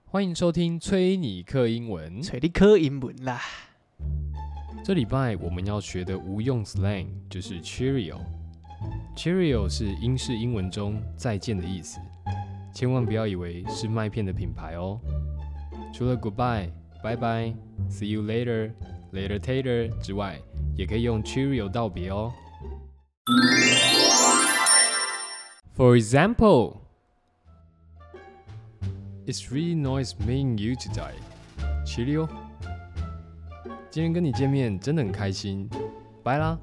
欢迎收听崔尼克英文。 找你考英文啦。 这礼拜我们要学的无用 slang 就是 Cheerio。Cheerio 是英式英文中再见的意思，千万不要以为是麦片的品牌哦。除了 goodbye、bye bye、see you later、later tater 之外，也可以用 Cheerio 道别哦。For example, it's really nice meeting you today, Cheerio。今天跟你见面真的很开心，拜啦！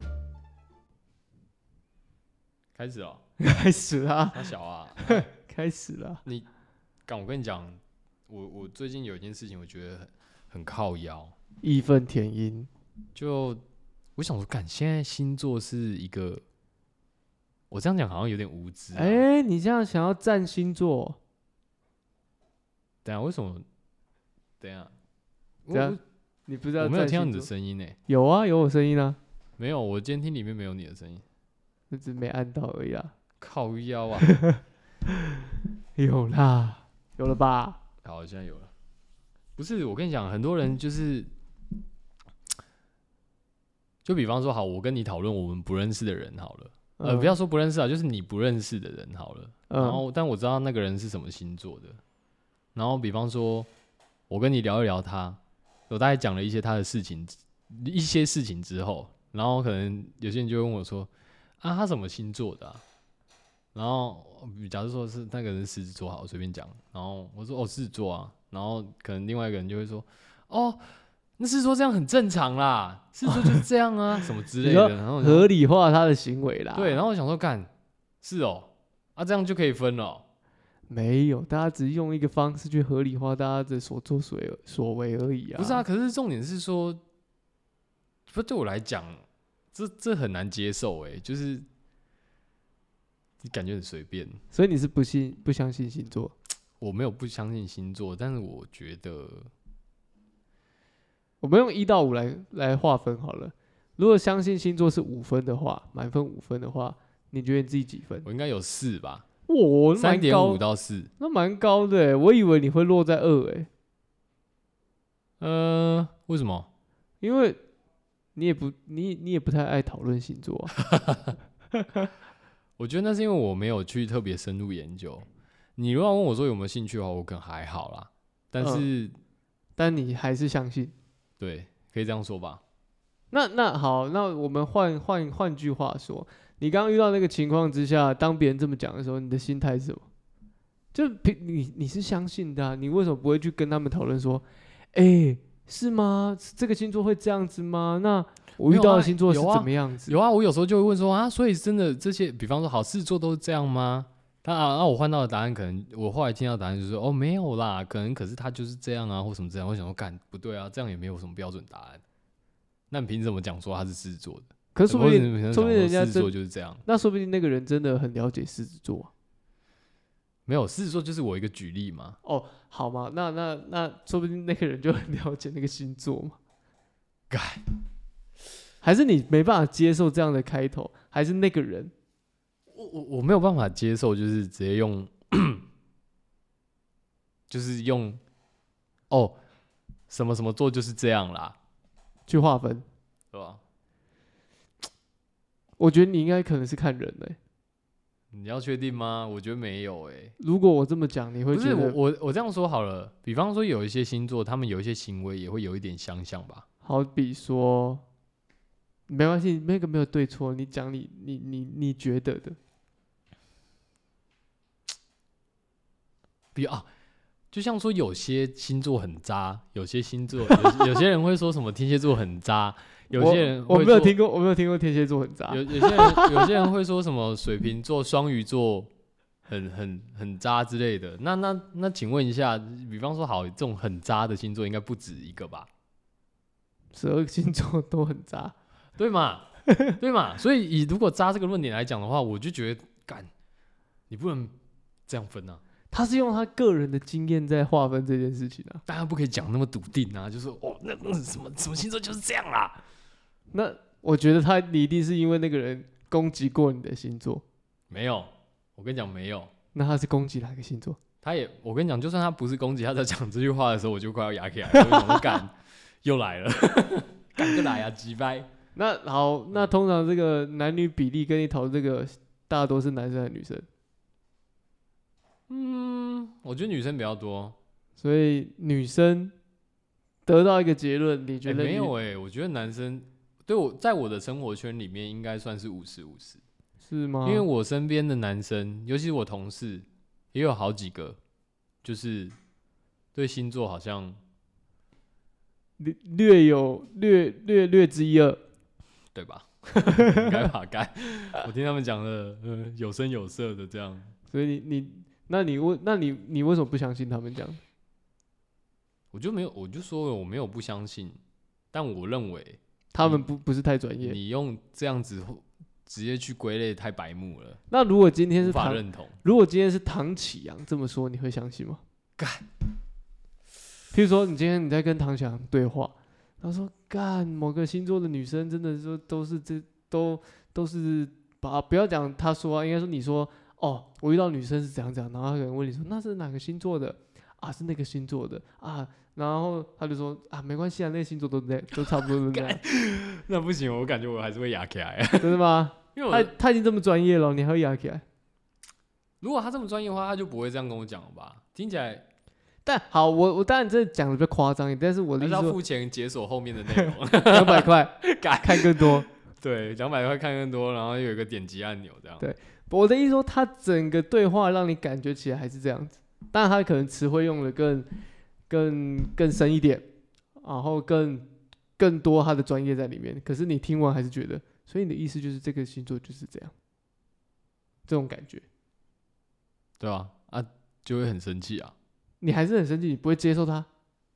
开始哦， 开始啦， 他小啊， 开始啦。 我跟你讲，我最近有一件事情，我觉得很靠腰， 义愤填膺。 就我想说，现在星座是一个，我这样讲好像有点无知、啊。 你这样想要占星座？ 等一下为什么？等一下， 你不知道？ 我没有听到你的声音呢。 有啊，有我声音啊。 没有，我监听里面没有你的声音， 只是没按到而已啊。 靠腰啊！ 有啦，有了吧？ 好，现在有了。不是，我跟你讲，很多人就是，就比方说，好，我跟你讨论我们不认识的人好了，不要说不认识啊，就是你不认识的人好了。然后，但我知道那个人是什么星座的。然后，比方说，我跟你聊一聊他，我大概讲了一些他的事情，一些事情之后，然后可能有些人就会问我说：“啊，他什么星座的啊？”然后，假如说是那个人是狮子座，好，我随便讲。然后我说：“哦，狮子座啊。”然后可能另外一个人就会说：“哦，那狮子座这样很正常啦，狮子座就是这样啊，什么之类的。”然后合理化他的行为啦。 对，然后我想说，是哦，啊，这样就可以分了哦。 没有，大家只是用一个方式去合理化大家的所作所为而已啊。 不是啊，可是重点是说，不对我来讲，这很难接受哎，就是你感觉很随便。 所以你是不相信星座？ 我没有不相信星座，但是我觉得， 我们用1到5来划分好了。如果相信星座是5分的话，满分5分的话，你觉得你自己几分？ 我应该有4吧。 3.5 到4， 那蛮高的欸。我以为你会落在2 为什么？ 因为你也不太爱讨论星座啊。 我觉得那是因为我没有去特别深入研究。你如果问我说有没有兴趣的话，我可能还好啦。 但你还是相信？ 对，可以这样说吧。 那好，那我们换句话说，你刚刚遇到那个情况之下，当别人这么讲的时候，你的心态是什么？就你是相信的啊，你为什么不会去跟他们讨论说，是吗？这个星座会这样子吗？那我遇到的星座是怎么样子？ 有啊，我有时候就会问说啊，所以真的这些，比方说好狮子座都是这样吗？那我换到的答案，可能我后来听到的答案就是说，哦，没有啦，可是他就是这样啊，或什么这样。我想说，不对啊，这样也没有什么标准答案。那你凭什么讲说他是狮子座的？ 可是说不定人家狮子座就是这样。 那说不定那个人真的很了解狮子座啊。 没有，狮子座就是我一个举例嘛。 哦，好嘛，那说不定那个人就很了解那个星座嘛。还是你没办法接受这样的开头？还是那个人？ 我没有办法接受，就是直接用，就是用，哦，什么什么座就是这样啦， 去划分， 对吧？ 我觉得你应该可能是看人欸。 你要确定吗？我觉得没有欸。 如果我这么讲，你会觉得不是我这样说好了。比方说有一些星座，他们有一些行为也会有一点相像吧。 好比说，没关系，那个没有对错，你讲你觉得的。 就像说有些星座很渣，有些星座有些人会说什么天蝎座很渣，有些人我没有听过天蝎座很渣。 有些人会说什么水瓶座、双鱼座很渣之类的。那请问一下，比方说好这种很渣的星座应该不止一个吧 ？12个星座都很渣， 对嘛？对嘛？所以如果渣这个论点来讲的话，我就觉得你不能这样分啊。 他是用他个人的经验在划分这件事情啊， 当然不可以讲那么笃定啊，就是那什么星座就是这样啦。 那我觉得你一定是因为那个人攻击过你的星座。 没有，我跟你讲没有。 那他是攻击哪个星座？ 我跟你讲，就算他不是攻击，他在讲这句话的时候，我就快要牙起来了，我想说干又来了，干就来啊，鸡掰。 那好，那通常这个男女比例跟你讨论这个，大多是男生还是女生？ 我觉得女生比较多， 所以女生得到一个结论，你觉得没有我觉得男生在我的生活圈里面应该算是50-50， 是吗？ 因为我身边的男生，尤其是我同事，也有好几个，就是对星座好像略知一二， 对吧？应该吧，该我听他们讲的，有声有色的这样。 所以你为什么不相信他们讲？ 我就说了我没有不相信，但我认为他们不是太专业。 你用这样子直接去归类太白目了。 那如果今天是无法认同， 如果今天是唐启阳这么说，你会相信吗？ 干， 譬如说你今天你在跟唐启阳对话，他说干某个星座的女生真的说都是不要讲他说应该说你说哦，我遇到女生是怎样怎样，然后他可能问你说那是哪个星座的啊？是那个星座的啊，然后他就说啊没关系啊，那个星座都差不多是这样。 那不行，我感觉我还是会哑起来。 真的吗？ 因为他已经这么专业了，你还会哑起来？ 如果他这么专业的话，他就不会这样跟我讲了吧？听起来。 但好，我当然这讲的比较夸张一点，但是我的意思还是要付钱解锁后面的内容 ，200块看更多。 对，200块看更多，然后有一个点击按钮这样。 对，我的意思说，他整个对话让你感觉起来还是这样子，当然他可能词汇用的更深一点，然后更多他的专业在里面。可是你听完还是觉得，所以你的意思就是这个星座就是这样，这种感觉， 对啊，就会很生气啊。 你还是很生气，你不会接受他。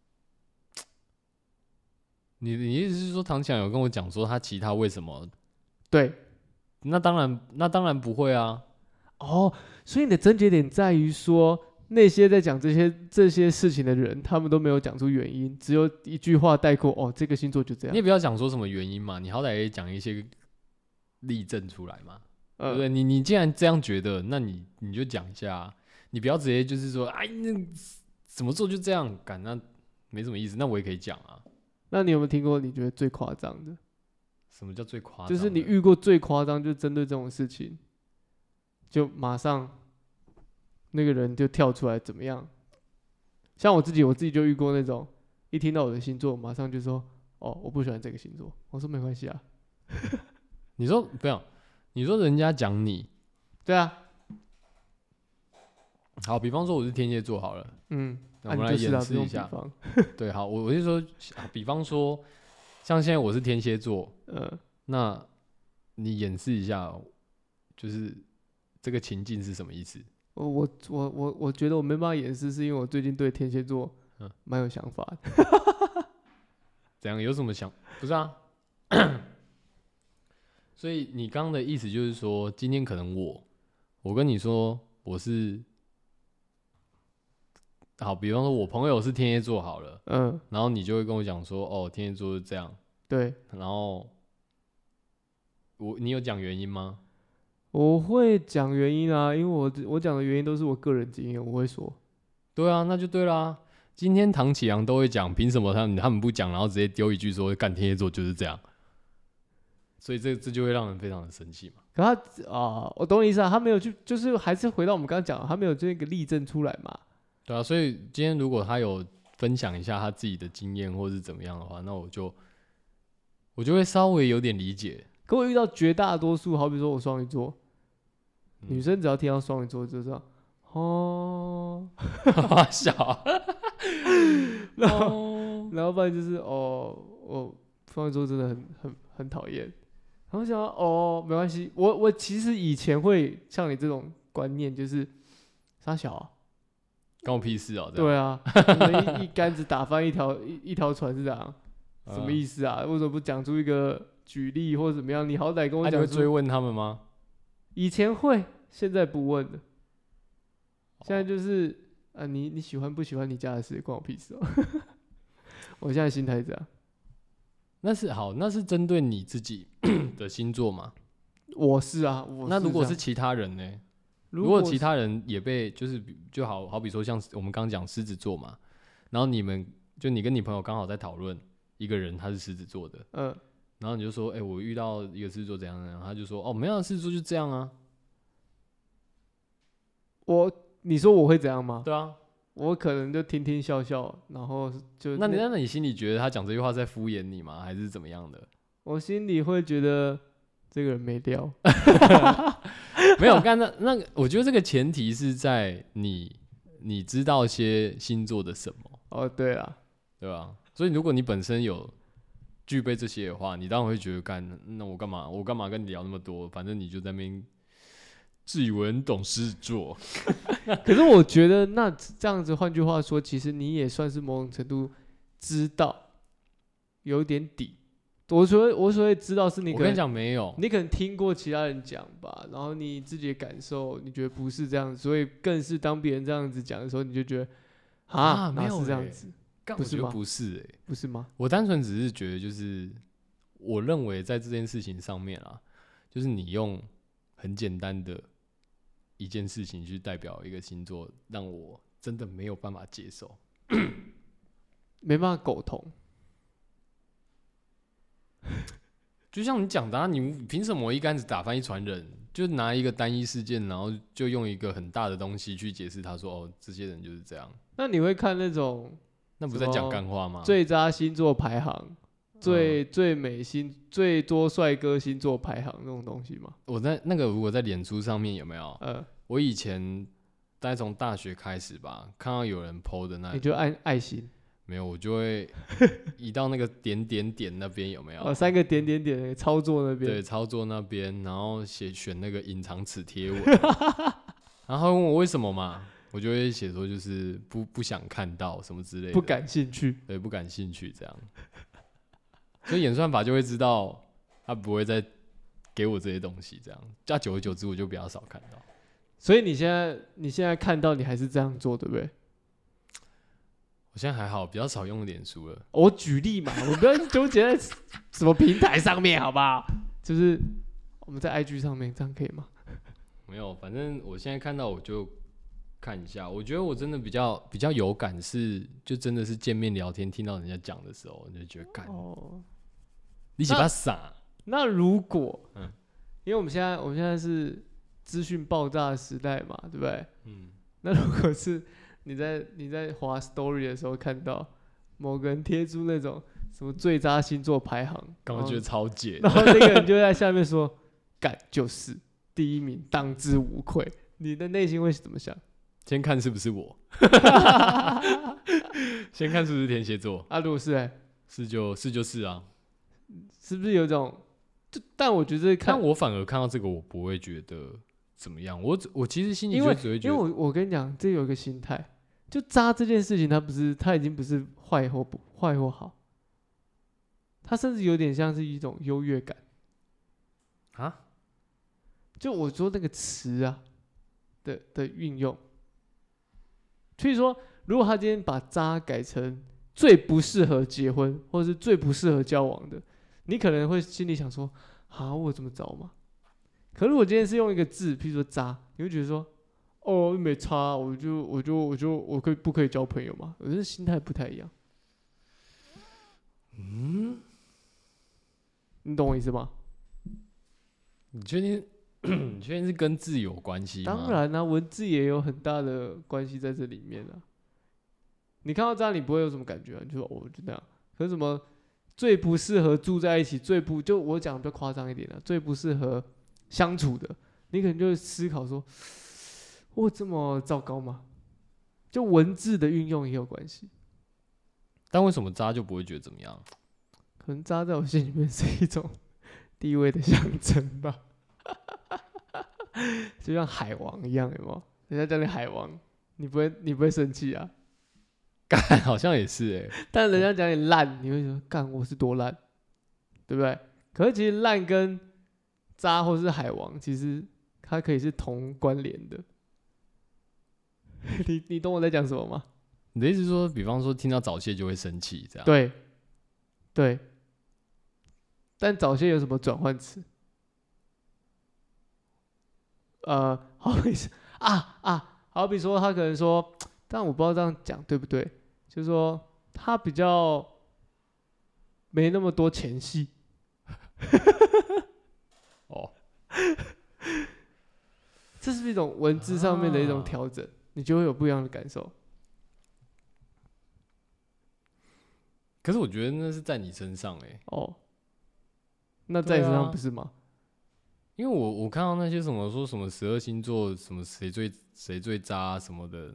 你意思是说唐强有跟我讲说他其他为什么？ 对， 那当然不会啊。 哦，所以你的症结点在于说，那些在讲这些事情的人，他们都没有讲出原因，只有一句话带过。哦，这个星座就这样。 你也不要讲说什么原因嘛，你好歹也讲一些例证出来嘛，对不对？你既然这样觉得，那你就讲一下啊，你不要直接就是说，哎，那怎么做就这样，那没什么意思。那我也可以讲啊。 那你有没有听过你觉得最夸张的？ 什么叫最夸张？ 就是你遇过最夸张，就针对这种事情，就马上那个人就跳出来怎么样？像我自己就遇过那种，一听到我的星座，马上就说：“哦，我不喜欢这个星座。”我说：“没关系啊。” 你说不要，你说人家讲你， 对啊。 好，比方说我是天蝎座好了，那我们来演示一下。对，好，我就说，比方说，像现在我是天蝎座，那你演示一下，就是这个情境是什么意思？ 我觉得我没办法演示，是因为我最近对天蝎座蛮有想法的。 怎样？有什么想？不是啊。所以你刚刚的意思就是说，今天可能我跟你说我是。好，比方说我朋友是天蝎座好了，然后你就会跟我讲说，哦，天蝎座是这样， 对， 然后你有讲原因吗？ 我会讲原因啊，因为我讲的原因都是我个人经验，我会说。 对啊，那就对啦。今天唐启阳都会讲，凭什么他们不讲，然后直接丢一句说干天蝎座就是这样？所以这就会让人非常的生气嘛。 可他我懂你意思啊，他没有去，就是还是回到我们刚刚讲，他没有这个例证出来嘛。 对啊，所以今天如果他有分享一下他自己的经验或是怎么样的话，那我就会稍微有点理解。 可我遇到绝大多数，好比说我双鱼座，女生只要听到双鱼座就知道，哦， 小， 然后不然就是我双鱼座真的很讨厌。然后想没关系，我其实以前会像你这种观念，就是傻小啊。 关我屁事哦！ 对啊，一竿子打翻一条船是这样，什么意思啊？为什么不讲出一个举例或者怎么样？你好歹跟我讲。 你会追问他们吗？ 以前会，现在不问了。现在就是你喜欢不喜欢你家的事，关我屁事哦。我现在心态是这样。 那是针对你自己的星座吗？ 我是啊， 那如果是其他人呢？ 如果其他人也被就好比说像我们刚刚讲狮子座嘛，然后你跟你朋友刚好在讨论一个人他是狮子座的，然后你就说，我遇到一个狮子座怎样怎样，他就说，没有，狮子座就这样啊。 你说我会怎样吗？ 对啊， 我可能就听听笑笑，然后就那你心里觉得他讲这句话在敷衍你吗？还是怎么样的？ 我心里会觉得这个人没料。 没有，我觉得这个前提是在你知道些星座的什么。 对啊， 对吧？所以如果你本身有具备这些的话，你当然会觉得那我干嘛跟你聊那么多？反正你就在那边自以为很懂狮子座。 可是我觉得那这样子，换句话说，其实你也算是某种程度知道有点底。我所谓知道是你可能， 我跟你讲没有， 你可能听过其他人讲吧，然后你自己的感受，你觉得不是这样子，所以更是当别人这样子讲的时候，你就觉得没有是这样子， 不是吗？不是不是吗？ 我单纯只是觉得，就是我认为在这件事情上面啊，就是你用很简单的一件事情去代表一个星座，让我真的没有办法接受， 没办法苟同。 就像你讲的，你凭什么一竿子打翻一船人？就拿一个单一事件，然后就用一个很大的东西去解释他说，这些人就是这样。 那你会看那种？ 那不是在讲干话吗？ 最渣星座排行，最美最多帅哥星座排行那种东西吗？ 我在如果在脸书上面有没有？我以前大概从大学开始吧，看到有人 PO 的那， 你就按爱心。 没有，我就会移到那个点点点那边有没有 ？3个点点点操作那边。 对，操作那边，然后选那个隐藏此贴文，然后问我为什么嘛，我就会写说就是不想看到什么之类的， 不感兴趣。 对，不感兴趣这样。所以演算法就会知道他不会再给我这些东西，这样，加久而久之我就比较少看到。 所以你现在看到你还是这样做，对不对？ 我现在还好，比较少用脸书了。 我举例嘛，我不要纠结在什么平台上面，好不好？就是我们在 IG 上面，这样可以吗？ 没有，反正我现在看到我就看一下。我觉得我真的比较有感是，就真的是见面聊天，听到人家讲的时候，你就觉得干，你是把傻。那如果，因为我们现在是资讯爆炸的时代嘛，对不对？那如果是你在滑 story 的时候看到某个人贴出那种什么最渣星座排行， 刚刚觉得超解， 然后那个人就在下面说干就是第一名，当之无愧。你的内心会怎么想？ 先看是不是我，先看是不是天蝎座啊？如果是是就是啊， 是不是有种？但我觉得但我反而看到这个，我不会觉得怎么样。我其实心里就只会觉得， 因为我跟你讲，这有一个心态。就渣这件事情，它已经不是坏或好，它甚至有点像是一种优越感啊。就我说那个词啊的运用，所以说，如果他今天把渣改成最不适合结婚，或者是最不适合交往的，你可能会心里想说，我这么糟吗？可如果今天是用一个字，譬如说渣，你会觉得说，没差，我不可以交朋友嘛？我觉得心态不太一样。你懂我意思吗？ 你确定是跟字有关系吗？ 当然啊，文字也有很大的关系在这里面啊。你看到这样，你不会有什么感觉你就说就那样。可是什么最不适合住在一起，就我讲的比较夸张一点最不适合相处的，你可能就会思考说。这么糟糕吗？就文字的运用也有关系， 但为什么渣就不会觉得怎么样？ 可能渣在我心里面是一种地位的象征吧，就像海王一样，有没有？人家叫你海王，你不会生气啊？ 干，好像也是但人家讲你烂，你会说干我是多烂，对不对？可是其实烂跟渣或是海王，其实它可以是同关联的。你懂我在讲什么吗？ 你的意思是说，比方说听到早泄就会生气，这样？ 对。但早泄有什么转换词？ 好比说他可能说，但我不知道这样讲对不对，就是说他比较没那么多前戏。 哦， 这是一种文字上面的一种调整，你就会有不一样的感受。 可是我觉得那是在你身上哦，那在你身上不是吗？ 因为我看到那些什么说什么12星座什么谁最渣什么的，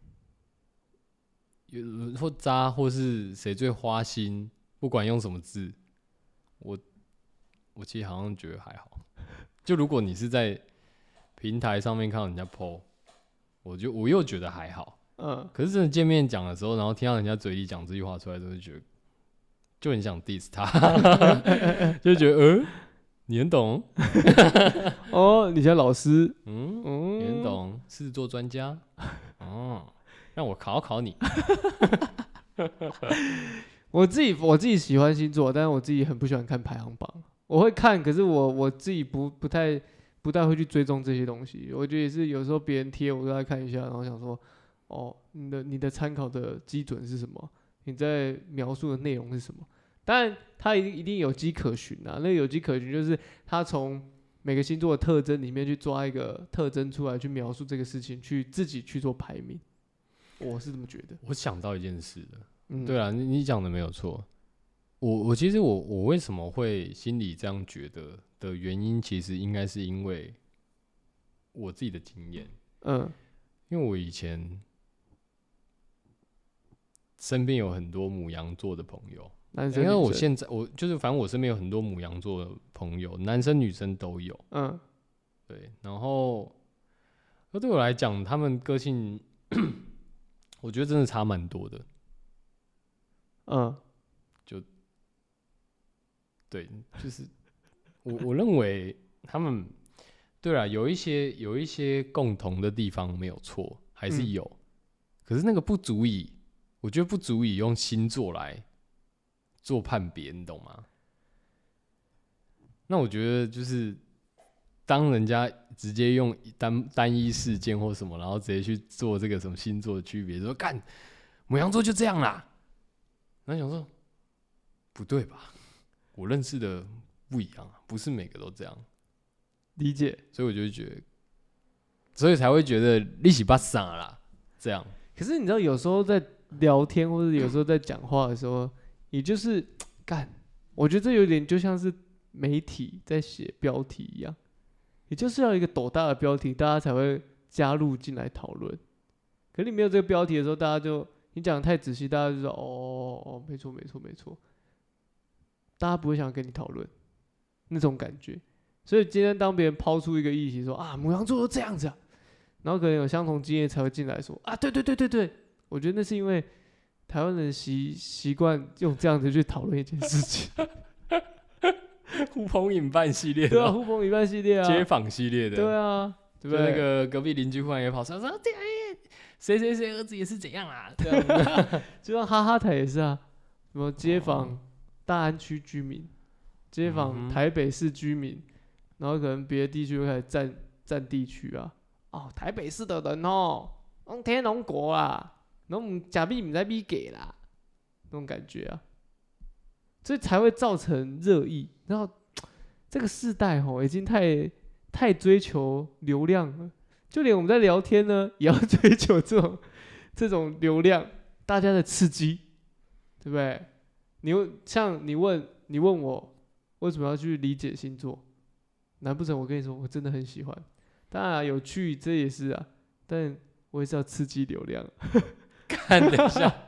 或渣或是谁最花心，不管用什么字，我其实好像觉得还好。就如果你是在平台上面看到人家 po， 我又觉得还好。可是真的见面讲的时候，然后听到人家嘴里讲这句话出来，就会觉得就很想 diss 他，就觉得你很懂哦，你像老师， 你很懂，狮子座专家，让我考你。 我自己喜欢星座，但是我自己很不喜欢看排行榜。我会看，可是我自己不太会去追踪这些东西。我觉得也是有时候别人贴，我都来看一下，然后想说，哦，你的参考的基准是什么？你在描述的内容是什么？当然，它一定有迹可循啊。那个有迹可循就是它从每个星座的特征里面去抓一个特征出来，去描述这个事情，去自己去做排名。我是这么觉得。 我想到一件事了，对啊，你讲的没有错。我其实我为什么会心里这样觉得的原因，其实应该是因为我自己的经验。因为我以前身边有很多牡羊座的朋友，因为我现在就是反正我身边有很多牡羊座的朋友，男生女生都有。对，然后对我来讲，他们个性我觉得真的差蛮多的。对，就是我认为他们对啦，有一些共同的地方没有错，还是有，可是那个不足以，我觉得不足以用星座来做判别，你懂吗？那我觉得就是当人家直接用单一事件或什么，然后直接去做这个什么星座的区别，说干牡羊座就这样啦，然后想说不对吧？我认识的不一样，不是每个都这样。 理解， 所以我就觉得，所以才会觉得利息巴傻啦，这样。 可是你知道，有时候在聊天或者有时候在讲话的时候，也就是干，我觉得这有点就像是媒体在写标题一样，也就是要一个斗大的标题，大家才会加入进来讨论。可是你没有这个标题的时候，大家就你讲的太仔细，大家就说哦，没错没错没错，大家不会想跟你讨论那种感觉。所以今天当别人抛出一个议题说啊，牡羊座都这样子啊，然后可能有相同经验才会进来说啊，对，我觉得那是因为台湾人习惯用这样子去讨论一件事情。 呼朋引伴系列的， 对啊，呼朋引伴系列啊， 街访系列的， 对啊，对不对？ 那个隔壁邻居忽然也跑出来说，谁谁谁儿子也是怎样啊，这样就像哈哈台也是啊，什么街访大安区居民，街访台北市居民。然后可能别的地区就开始占地区啊，台北市的人用天龙国啦，假币不在币给啦，那种感觉啊，所以才会造成热议。然后这个世代已经太追求流量了，就连我们在聊天呢，也要追求这种流量，大家的刺激，对不对？你问我为什么要去理解星座？难不成我跟你说，我真的很喜欢？当然有趣，这也是啊，但我也是要刺激流量。 看等一下，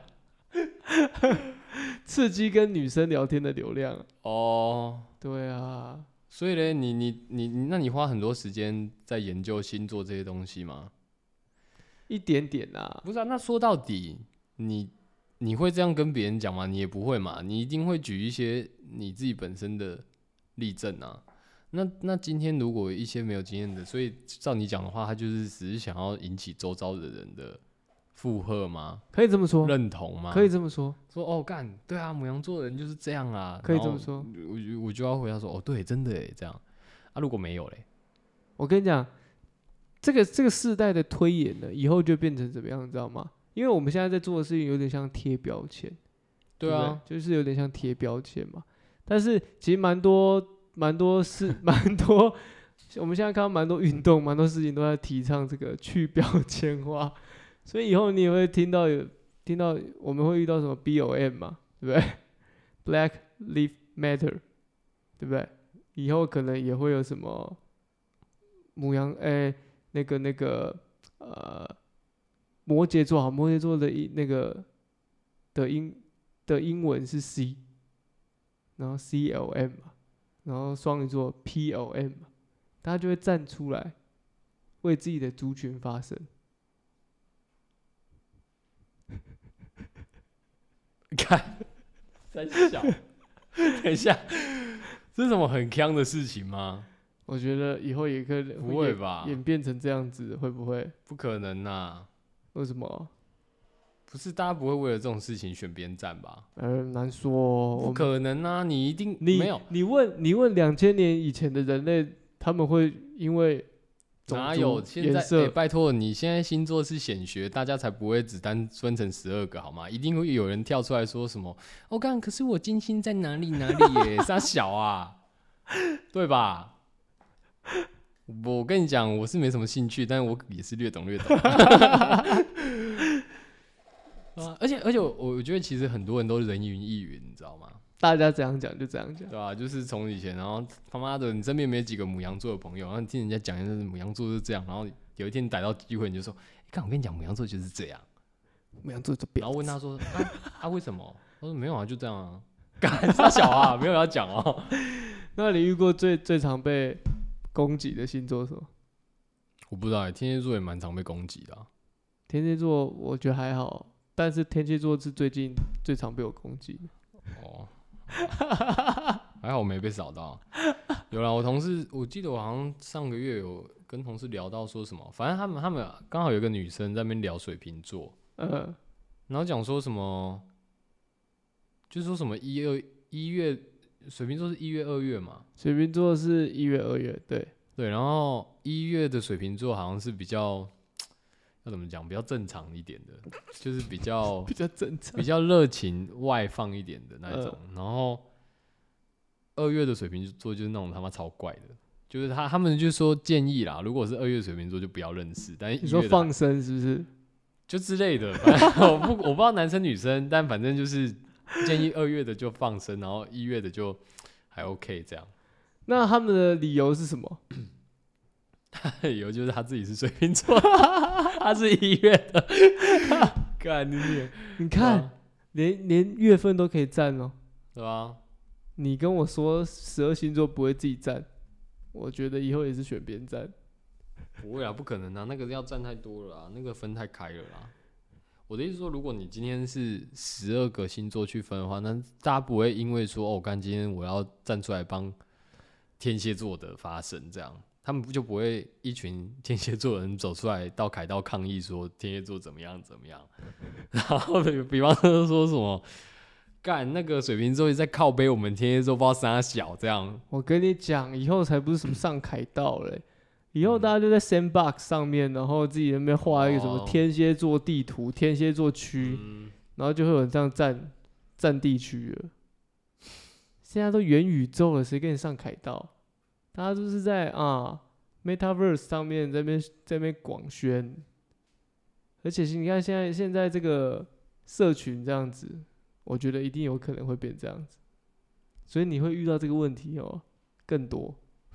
刺激跟女生聊天的流量。对啊。 所以呢，那你花很多时间在研究星座这些东西吗？ 一点点啊。 不是啊，那说到底，你会这样跟别人讲吗？你也不会嘛，你一定会举一些你自己本身的例证啊。那今天如果一些没有经验的，所以照你讲的话，他就是只是想要引起周遭的人的附和吗？ 可以这么说。 认同吗？ 可以这么说。 说干，对啊，牡羊座的人就是这样啊。 可以这么说。 我就要回答说，对，真的耶，这样啊。如果没有嘞， 我跟你讲， 这个世代的推演呢，以后就变成怎么样，你知道吗？因为我们现在在做的事情有点像贴标签， 对啊， 对，就是有点像贴标签嘛。但是其实蛮多，我们现在看到蛮多运动，蛮多事情都在提倡这个去标签化，所以以后你也会听到我们会遇到什么 BLM 嘛，对不对？Black Lives Matter， 对不对？以后可能也会有什么那个摩羯座，好，摩羯座的英文是 C， 然后 CLM 嘛，然后双鱼座 PLM 嘛，大家就会站出来为自己的族群发声。 看，在笑，等一下，这是什么很坑的事情吗？ 我觉得以后也可能不会吧， 演变成这样子，会不会？ 不可能啊！ 为什么？ 不是大家不会为了这种事情选边站吧？ 难说哦。 不可能啊！你一定没有。 你问2000年以前的人类，他们会因为哪有？现在拜托，你现在星座是显学，大家才不会只单分成12个好吗？一定会有人跳出来说什么？我刚可是我金星在哪里哪里耶？傻小啊，对吧？我跟你讲，我是没什么兴趣，但我也是略懂。而且我觉得其实很多人都人云亦云，你知道吗？ 大家怎样讲就这样讲， 对吧？就是从以前，然后他妈的，你身边没几个母羊座的朋友，然后你听人家讲，母羊座是这样，然后有一天逮到机会，你就说，看我跟你讲，母羊座就是这样， 母羊座就然后问他说，为什么？他说没有啊，就这样啊，干傻小啊，没有要讲哦。 那你遇过最常被攻击的星座是什么？ 我不知道，天蝎座也蛮常被攻击的。 天蝎座我觉得还好，但是天蝎座是最近最常被我攻击的。 哦，还好我没被扫到。有啦，我同事，我记得我好像上个月有跟同事聊到说什么，反正他们刚好有个女生在那边聊水瓶座，然后讲说什么，就是说什么一月，水瓶座是1月2月嘛， 水瓶座是1月2月，对， 然后1月的水瓶座好像是比较。要怎么讲？比较正常一点的，就是比较正常， 比较热情外放一点的那种。然后2月的水瓶座就是那种他妈超怪的，就是他们就说建议啦，如果是2月水瓶座就不要认识。但是你说放生是不是？ 就之类的，反正我不知道男生女生，但反正就是建议2月的就放生，然后1月的就还 OK 这样。 那他们的理由是什么？ 理由就是他自己是水瓶座，他是1月的。干你看，连月份都可以占哦， 对吧？ 你跟我说12星座不会自己占，我觉得以后也是选边站。 不会啊，不可能啊，那个要占太多了啊，那个分太开了啦。我的意思说，如果你今天是12个星座去分的话，那大家不会因为说哦，今天我要站出来帮天蝎座的发声这样。他们就不会一群天蝎座人走出来到凯道抗议说天蝎座怎么样，然后比方说什么干那个水瓶座在靠背我们天蝎座不知道啥小这样。 我跟你讲，以后才不是什么上凯道嘞，以后大家就在 Sandbox 上面，然后自己那边画一个什么天蝎座地图、天蝎座区，然后就会有人这样占地区了。现在都元宇宙了，谁跟你上凯道？大家都是在Metaverse 上面在那边广宣，而且你看现在这个社群这样子，我觉得一定有可能会变这样子，所以你会遇到这个问题哦，更多。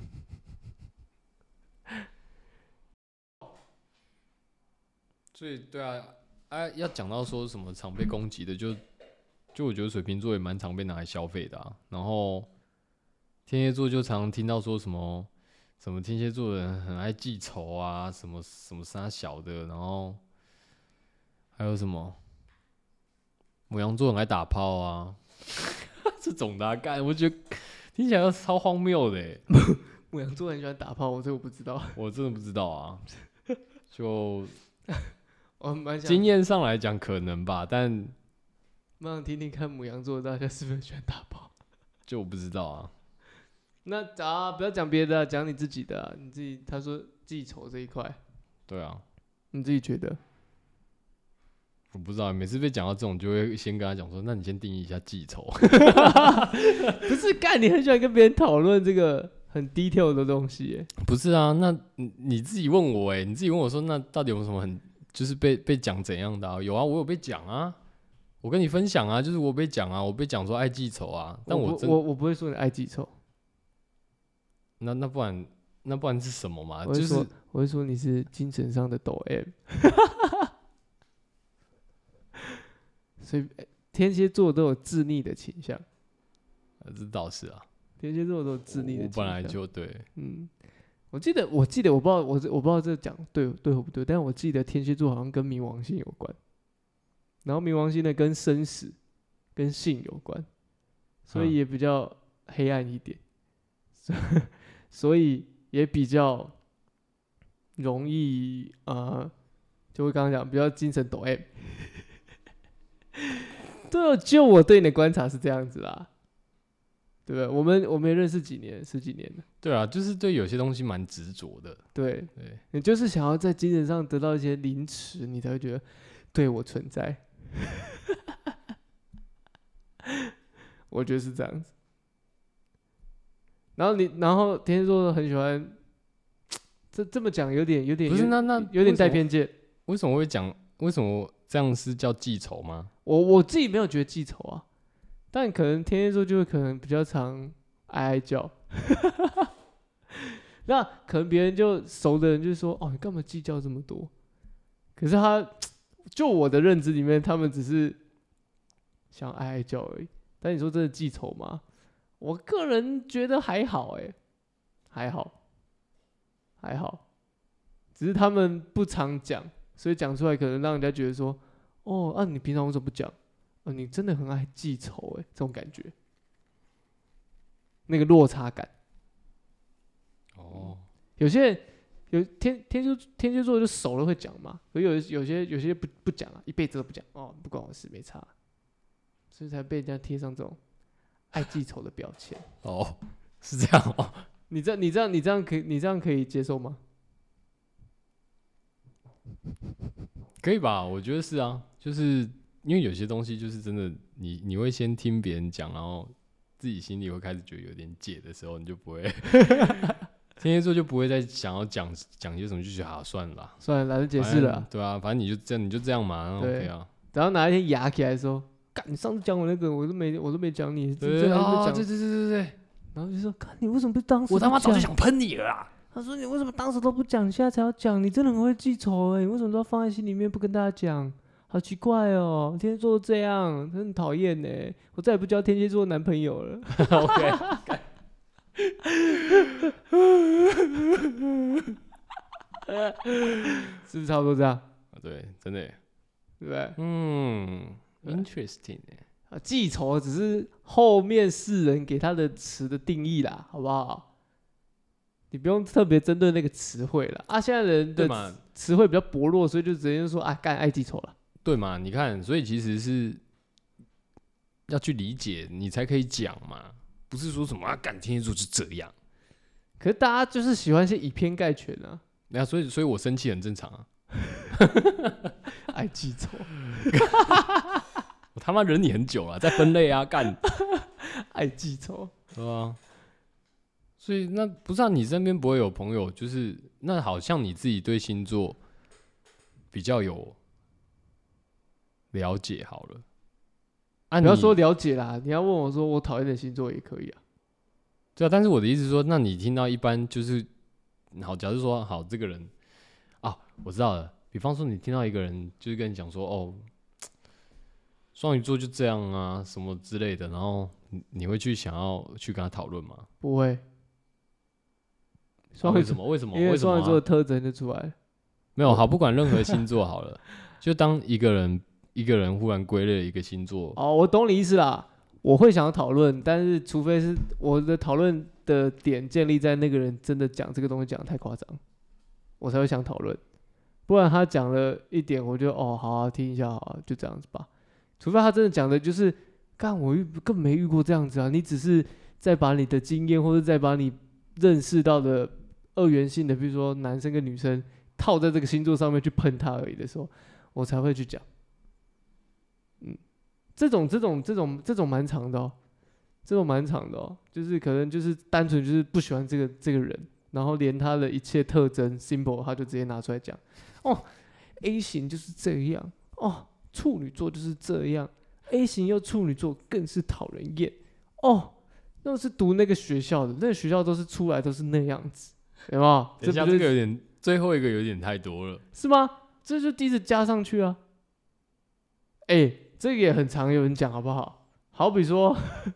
所以对啊，要讲到说什么常被攻击的，就我觉得水瓶座也蛮常被拿来消费的啊，然后。天蝎座就常常听到说什么天蝎座的人很爱记仇啊，什么啥小的，然后还有什么牡羊座很爱打炮啊，这种的干，我觉得听起来超荒谬的欸。 牡羊座很喜欢打炮，我这个不知道， 我真的不知道啊。就我蛮想经验上来讲可能吧，但蛮想听听看牡羊座大家是不是喜欢打炮， 就我不知道啊。 那不要讲别的，讲你自己的你自己。他说记仇这一块， 对啊， 你自己觉得？ 我不知道，每次被讲到这种，就会先跟他讲说，那你先定义一下记仇。 不是干，你很喜欢跟别人讨论这个很 detail 的东西耶。 不是啊，那你自己问我你自己问我说，那到底有什么很就是被讲怎样的啊？有啊，我有被讲啊，我跟你分享啊，就是我被讲啊，我被讲说爱记仇啊，但我不会说你爱记仇， 那不然是什么嘛？就是我会说你是精神上的抖 M。所以天蝎座都有自溺的倾向， 这倒是啊， 天蝎座都有自溺的倾向。 我本来就对， 我记得我不知道这讲对或不对，但是我记得天蝎座好像跟冥王星有关，然后冥王星呢跟生死、跟性有关，所以也比较黑暗一点，所以也比较容易就会刚刚讲比较精神抖 M。对，就我对你的观察是这样子啦，对不对？我们也认识10几年了。 对啊，就是对有些东西蛮执着的。 对，你就是想要在精神上得到一些凌迟，你才会觉得对我存在。我觉得是这样子。然后天蝎座很喜欢，这么讲有点不是那有点带偏见。 为什么会讲？为什么这样是叫记仇吗？ 我自己没有觉得记仇啊，但可能天蝎座就会可能比较常哀叫。那可能别人就熟的人就说：“哦，你干嘛计较这么多？”可是就我的认知里面，他们只是想哀叫而已。但你说真的记仇吗？我个人觉得还好，还好，只是他们不常讲，所以讲出来可能让人家觉得说：“哦，你平常为什么不讲？你真的很爱记仇，这种感觉，那个落差感。”有些人天蝎座就熟了会讲嘛，可有些不讲啊，一辈子都不讲不关我事，没差，所以才被人家贴上这种爱记仇的标签。 是这样哦。 你这样可以接受吗？ 可以吧？我觉得是啊，就是因为有些东西就是真的，你会先听别人讲，然后自己心里会开始觉得有点解的时候，你就不会。天蝎座就不会再想要讲些什么，就觉得算了啦， 算了，懒得解释了。 对啊，反正你就这样嘛，然后 OK 啊。 然后哪一天牙起来说：“干，你上次讲我那个，我都没讲你。” 对，然后就说：“看你为什么不当时？ 我他妈早就想喷你了啦！” 他说：“你为什么当时都不讲，你现在才要讲？你真的很会记仇你为什么都要放在心里面不跟大家讲？好奇怪哦，天蝎座这样，很讨厌呢。我再也不交天蝎座男朋友了。” OK。 是不是差不多这样？ 对，真的耶， 对不对 ？Interesting 记仇只是后面世人给他的词的定义啦，好不好？你不用特别针对那个词汇啦。现在人的词汇比较薄弱，所以就直接说干爱记仇了。 对嘛？你看，所以其实是要去理解，你才可以讲嘛。不是说什么干天蝎座就这样， 可是大家就是喜欢先以偏概全啊。 所以我生气很正常啊。 爱记仇， 我他妈忍你很久了，在分类啊，干。 爱记仇， 对啊。所以那不是你身边不会有朋友，就是那好像你自己对星座比较有了解好了。 不要说了解啦，你要问我说我讨厌的星座也可以啊。 对啊，但是我的意思是说，那你听到一般就是好，假如说好这个人我知道了。比方说你听到一个人就是跟你讲说双鱼座就这样啊什么之类的，然后你会想要去跟他讨论吗？ 不会。 为什么？为什么？ 因为双鱼座的特征就出来了。 没有好，不管任何星座好了，就当一个人忽然归类一个星座。 我懂你意思啦。我会想要讨论，但是除非是我的讨论的点建立在那个人真的讲这个东西讲得太夸张，我才会想讨论。不然他讲了一点，我就好啊，听一下好啊，就这样子吧。除非他真的讲的就是我根本没遇过这样子啊，你只是在把你的经验或者在把你认识到的二元性的，比如说男生跟女生套在这个星座上面去喷他而已的时候，我才会去讲。这种蛮长的哦，就是可能就是单纯就是不喜欢这个人，然后连他的一切特征 symbol 他就直接拿出来讲。哦 ，A 型就是这样，哦，处女座就是这样 ，A 型又处女座更是讨人厌。哦，那是读那个学校的，那个学校都是出来都是那样子，有没有？ 等一下这个有点，最后一个有点太多了， 是吗？这就一直加上去啊。这个也很常有人讲，好不好？好比说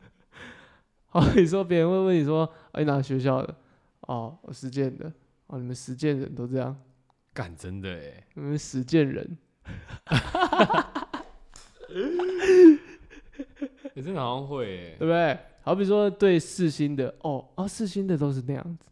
别人会问你说，哪学校的？哦，我实践的。哦，你们实践人都这样？ 干真的哎， 你们实践人， 你真的好像会哎， 对不对？好比说对世新的，世新的都是那样子。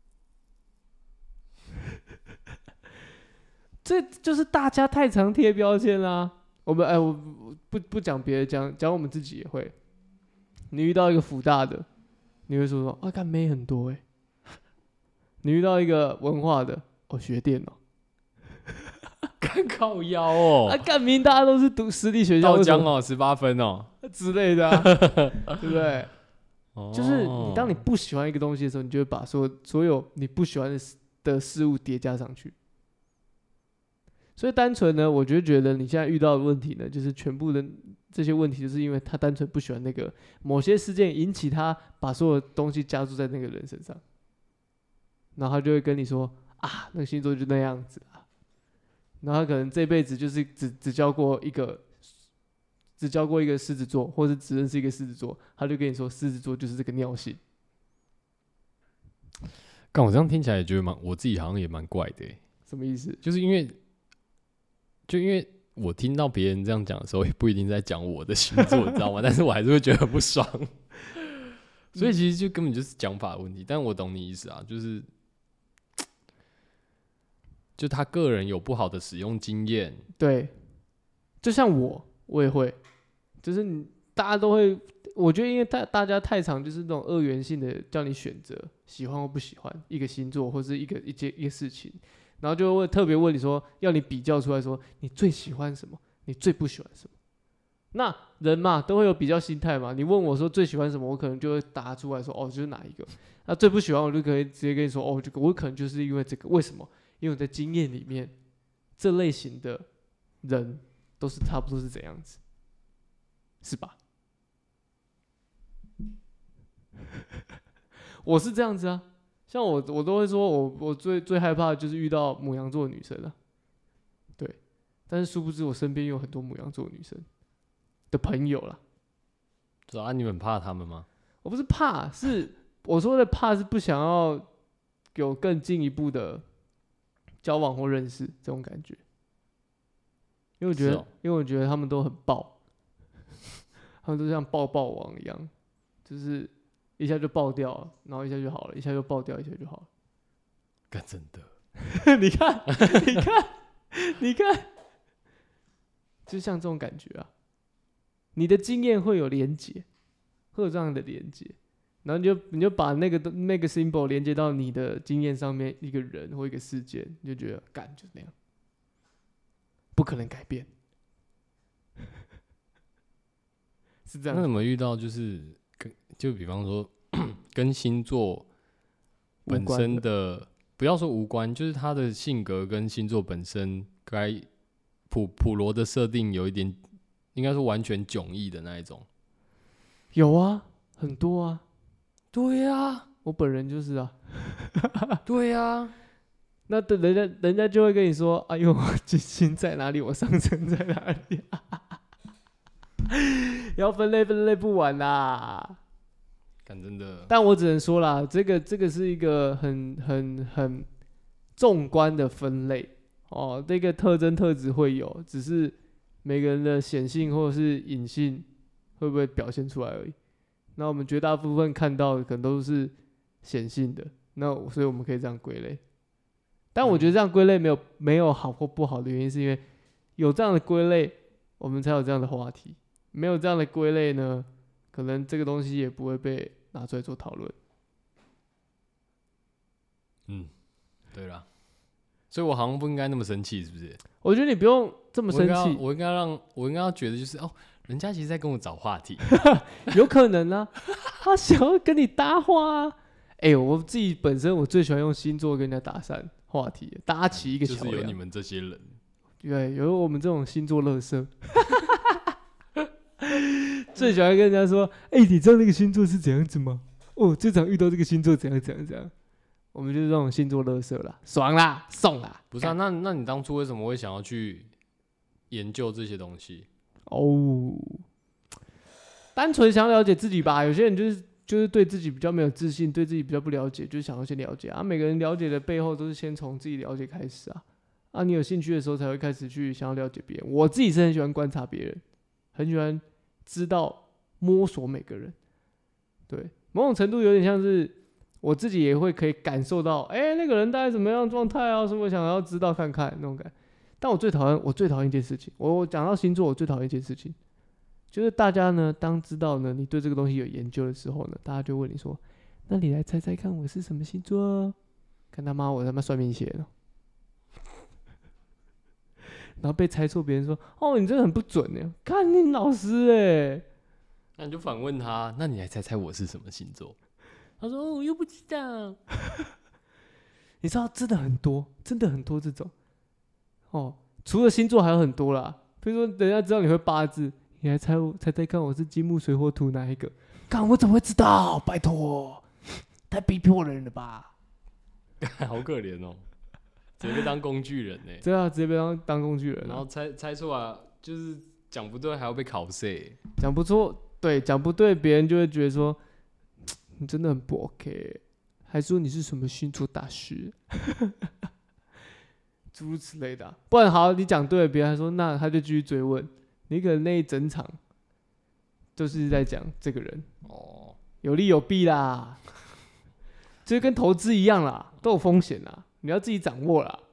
这就是大家太常贴标签啦。我不讲别的，讲我们自己也会。你遇到一个辅大的，你会说干妹很多欸。你遇到一个文化的，学电脑， 干靠腰哦， 干明大家都是读私立学校， 到江18分之类的对不对？就是你当你不喜欢一个东西的时候，你就会把所有你不喜欢的事物叠加上去。所以单纯呢，我觉得你现在遇到的问题呢，就是全部的这些问题，就是因为他单纯不喜欢那个某些事件引起他把所有东西加注在那个人身上，然后他就会跟你说那个星座就那样子啊，然后他可能这辈子就是只教过一个狮子座，或是只认识一个狮子座，他就跟你说狮子座就是这个尿性。 干我这样听起来也觉得我自己好像也蛮怪的， 什么意思？ 就是因为我听到别人这样讲的时候，也不一定在讲我的星座，你知道吗？但是我还是会觉得很不爽，所以其实就根本就是讲法的问题。但我懂你意思啊，就他个人有不好的使用经验， 对，就像我也会，就是大家都会，我觉得因为大家太常就是那种二元性的叫你选择喜欢或不喜欢一个星座或是一个事情。然后就会特别问你说，要你比较出来说，你最喜欢什么，你最不喜欢什么？那人嘛，都会有比较心态嘛。你问我说最喜欢什么，我可能就会答出来说，就是哪一个。那最不喜欢，我就可以直接跟你说，我可能就是因为这个。为什么？因为我在经验里面，这类型的人都是差不多是怎样子，是吧？我是这样子啊。像我都会说我最害怕的就是遇到牡羊座的女生了，对，但是殊不知我身边有很多牡羊座的女生的朋友啦。 你们怕他们吗？ 我不是怕，是我说的怕是不想要有更进一步的交往或认识这种感觉，因为我觉得他们都很爆，他们都像爆王一样，就是一下就爆掉了，然后一下就好了，一下就爆掉，一下就好了。 干真的， 你看，就像这种感觉啊，你的经验会有连结，会有这样的连结，然后你就把那个 symbol 连接到你的经验上面，一个人或一个事件，你就觉得干就那样，不可能改变，是这样。 那怎么遇到就比方说跟星座本身的，不要说无关，就是他的性格跟星座本身该普罗的设定有一点，应该说完全迥异的那一种。 有啊，很多啊。 对啊， 我本人就是啊。 对啊。 那人家就会跟你说，哎呦，我金星在哪里，我上升在哪里要分类不完啦。 干真的， 但我只能说啦，这个是一个很纵观的分类哦，这个特征特质会有，只是每个人的显性或者是隐性会不会表现出来而已。那我们绝大部分看到的可能都是显性的，所以我们可以这样归类。但我觉得这样归类没有好或不好的原因，是因为有这样的归类，我们才有这样的话题。没有这样的归类呢，可能这个东西也不会被拿出来做讨论。 对啦， 所以我好像不应该那么生气，是不是？ 我觉得你不用这么生气， 我应该要觉得就是人家其实在跟我找话题， 有可能啊，他想要跟你搭话啊。我自己本身我最喜欢用星座跟人家搭讪话题，搭起一个桥梁。 就是有你们这些人， 对，有我们这种星座垃圾，最喜欢跟人家说，你知道那个星座是怎样子吗？哦，这场遇到这个星座怎样怎样怎样。我们就是这种星座垃圾啦，爽啦，送啦。 不是啊？那你当初为什么会想要去研究这些东西？ 单纯想了解自己吧。有些人就是对自己比较没有自信，对自己比较不了解，就是想要先了解啊。每个人了解的背后都是先从自己了解开始啊。你有兴趣的时候才会开始去想要了解别人。我自己是很喜欢观察别人，很喜欢知道摸索每个人。对，某种程度有点像是我自己也会可以感受到，那个人大概怎么样状态啊，所以我想要知道看看那种感。但我最讨厌一件事情，我讲到星座，我最讨厌一件事情。就是大家呢，当知道呢你对这个东西有研究的时候呢，大家就问你说：“那你来猜猜看我是什么星座？”看他妈，我他妈算命写的，然后被猜错，别人说：“哦，你真的很不准呢。”看你老师那你就反问他：“那你来猜猜我是什么星座？”他说：“我又不知道。” 你知道真的很多这种除了星座还有很多啦，比如说人家知道你会八字。你来猜看我是金木水火土哪一个？干我怎么会知道？拜托，太逼迫人了吧！ 好可怜哦，直接被当工具人呢。 对啊，直接被当工具人。 然后猜错啊，就是讲不对还要被考试。 讲不错，对，讲不对，别人就会觉得说你真的很不 OK， 还说你是什么星座大师，诸如此类的。不然好，你讲对了，别人还说那他就继续追问。你可能那一整场就是在讲这个人有利有弊啦，就跟投资一样啦，都有风险啦，你要自己掌握啦。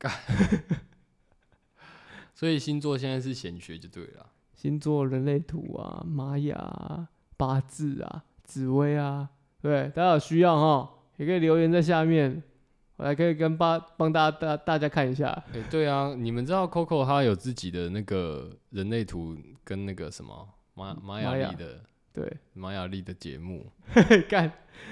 所以星座现在是显学就对了。 星座、人类图啊、玛雅啊、八字啊、紫微啊，对，大家有需要也可以留言在下面。我来可以帮大家看一下。 对啊，你们知道 Coco 他有自己的那个人类图跟那个什么玛雅历的， 对， 玛雅历的节目。 干，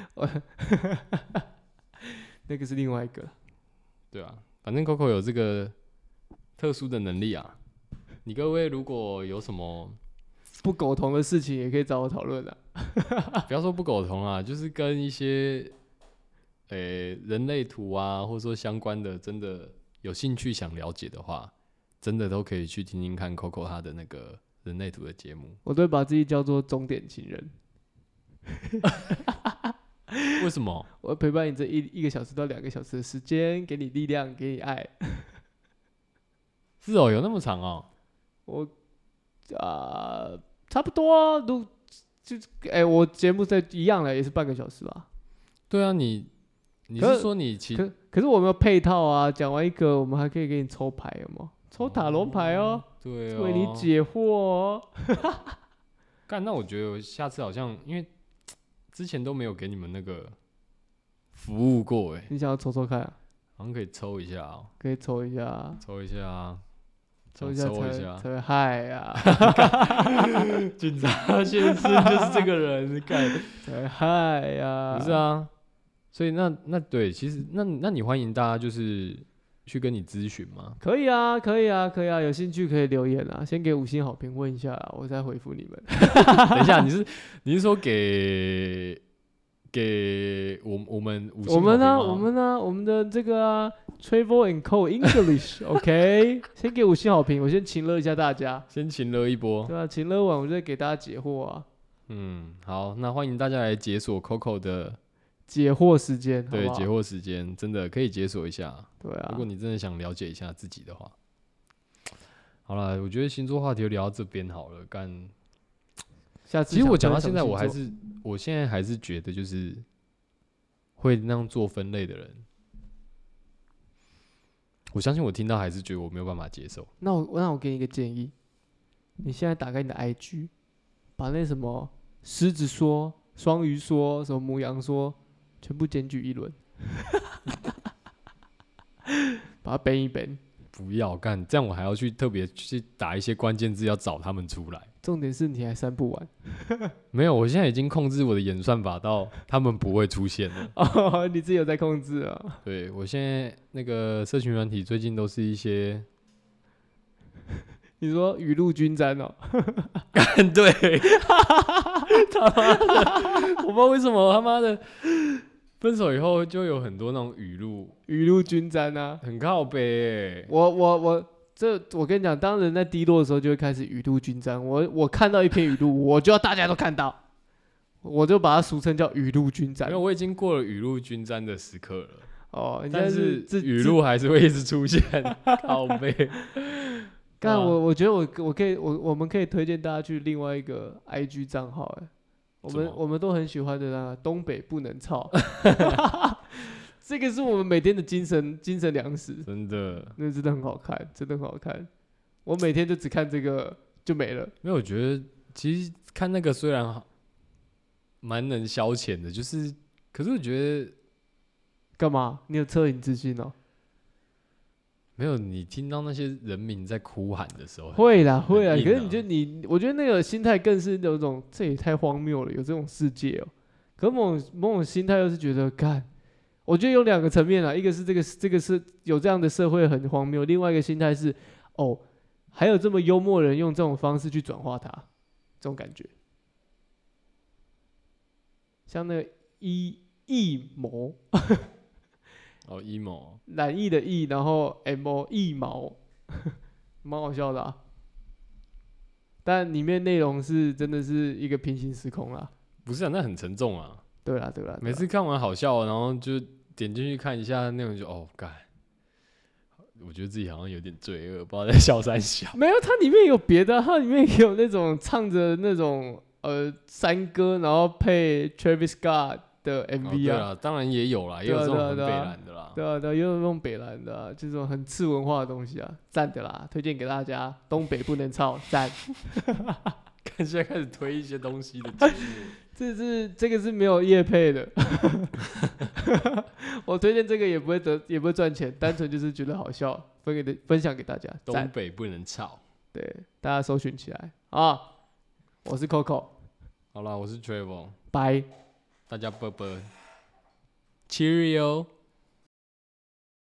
那个是另外一个。 对啊，反正 Coco 有这个特殊的能力啊。你各位如果有什么不苟同的事情，也可以找我讨论啊。 不要说不苟同啊，就是跟一些人类图啊，或者说相关的，真的有兴趣想了解的话，真的都可以去听听看 Coco 他的那个人类图的节目。 我都会把自己叫做终点情人。 为什么？ 我会陪伴你这一个小时到2个小时的时间，给你力量，给你爱。 是有那么长哦？ 我差不多我节目在一样的，也是半个小时吧。 对啊，你是说你可是我们有配套啊，讲完一个，我们还可以给你抽牌，有没有？抽塔罗牌对为你解惑干，那我觉得我下次好像因为之前都没有给你们那个服务过你想要抽抽看啊？ 好像可以抽一下可以抽一下， 抽一下才会嗨啊！ 警察先生就是这个人，干才会嗨呀！ 不是啊，所以那对，其实那你欢迎大家就是去跟你咨询吗？ 可以啊，有兴趣可以留言啊，先给5星好评问一下啦，我再回复你们。 等一下，你是说给我们5星好评吗？ 我们的这个Travel and Co English，OK， 先给5星好评，我先请了一下大家， 先请了一波， 对啊，请了完我就给大家解惑啊。 好，那欢迎大家来解锁 Coco 的解惑时间， 对， 好不好解惑时间真的可以解锁一下。 对啊， 如果你真的想了解一下自己的话，好了，我觉得星座话题就聊到这边好了。干，其实我讲到现在，我现在还是觉得，就是会那样做分类的人，我相信我听到还是觉得我没有办法接受。 那我给你一个建议，你现在打开你的 IG， 把那什么狮子说、双鱼说、什么母羊说，全部检举一轮，把把它编一编。 不要干，这样我还要去特别去打一些关键字，要找他们出来。 重点是你还删不完。 没有，我现在已经控制我的演算法到他们不会出现了。 哦，你自己有在控制啊？ 对，我现在那个社群软体最近都是一些， 你说雨露均沾哦？ 对，他妈的，我不知道为什么他妈的分手以后就有很多那种语录均沾啊， 很靠北欸。 我跟你讲，当人在低落的时候，就会开始雨露均沾。我看到一篇语录，我就要大家都看到，我就把它俗称叫雨露均沾。 因为我已经过了雨露均沾的时刻了。 哦， 但是语录还是会一直出现，靠北。 干我觉得我们可以推荐大家去另外一个 IG 账号，我们都很喜欢的啦，东北不能操。这个是我们每天的精神粮食， 真的， 那真的很好看，真的很好看。我每天就只看这个就没了。 因为我觉得其实看那个虽然蛮能消遣的，就是可是我觉得干嘛？你有恻隐之心哦？ 没有，你听到那些人民在哭喊的时候， 会啦。可是我觉得那个心态更是有种，这也太荒谬了，有这种世界哦。可是某种心态又是觉得，干，我觉得有两个层面啦，一个是这个是有这样的社会很荒谬，另外一个心态是，哦，还有这么幽默的人用这种方式去转化它，这种感觉，像那个异谋。 哦，emo， 染疫的疫，然后 mo 一毛，蛮好笑的啊。但里面内容是真的是一个平行时空啦。 不是啊，那很沉重啊。 对啦。 每次看完好笑，然后就点进去看一下内容就，哦，干，我觉得自己好像有点罪恶，不知道在笑三小。 没有，它里面有别的，它里面也有那种唱着那种山歌，然后配 Travis Scott 的 MV 啊。 对啊，当然也有啦，也有这种很北蓝的啦。 对啊，也有那种北蓝的啊，这种很次文化的东西啊，赞的啦，推荐给大家。东北不能操，赞。 看现在开始推一些东西的节目， 这个是没有业配的。我推荐这个也不会赚钱，单纯就是觉得好笑，分享给大家。 东北不能吵， 对，大家搜寻起来啊！我是 Coco， 好啦，我是 Travel， 拜， 大家拜拜 ，Cheerio。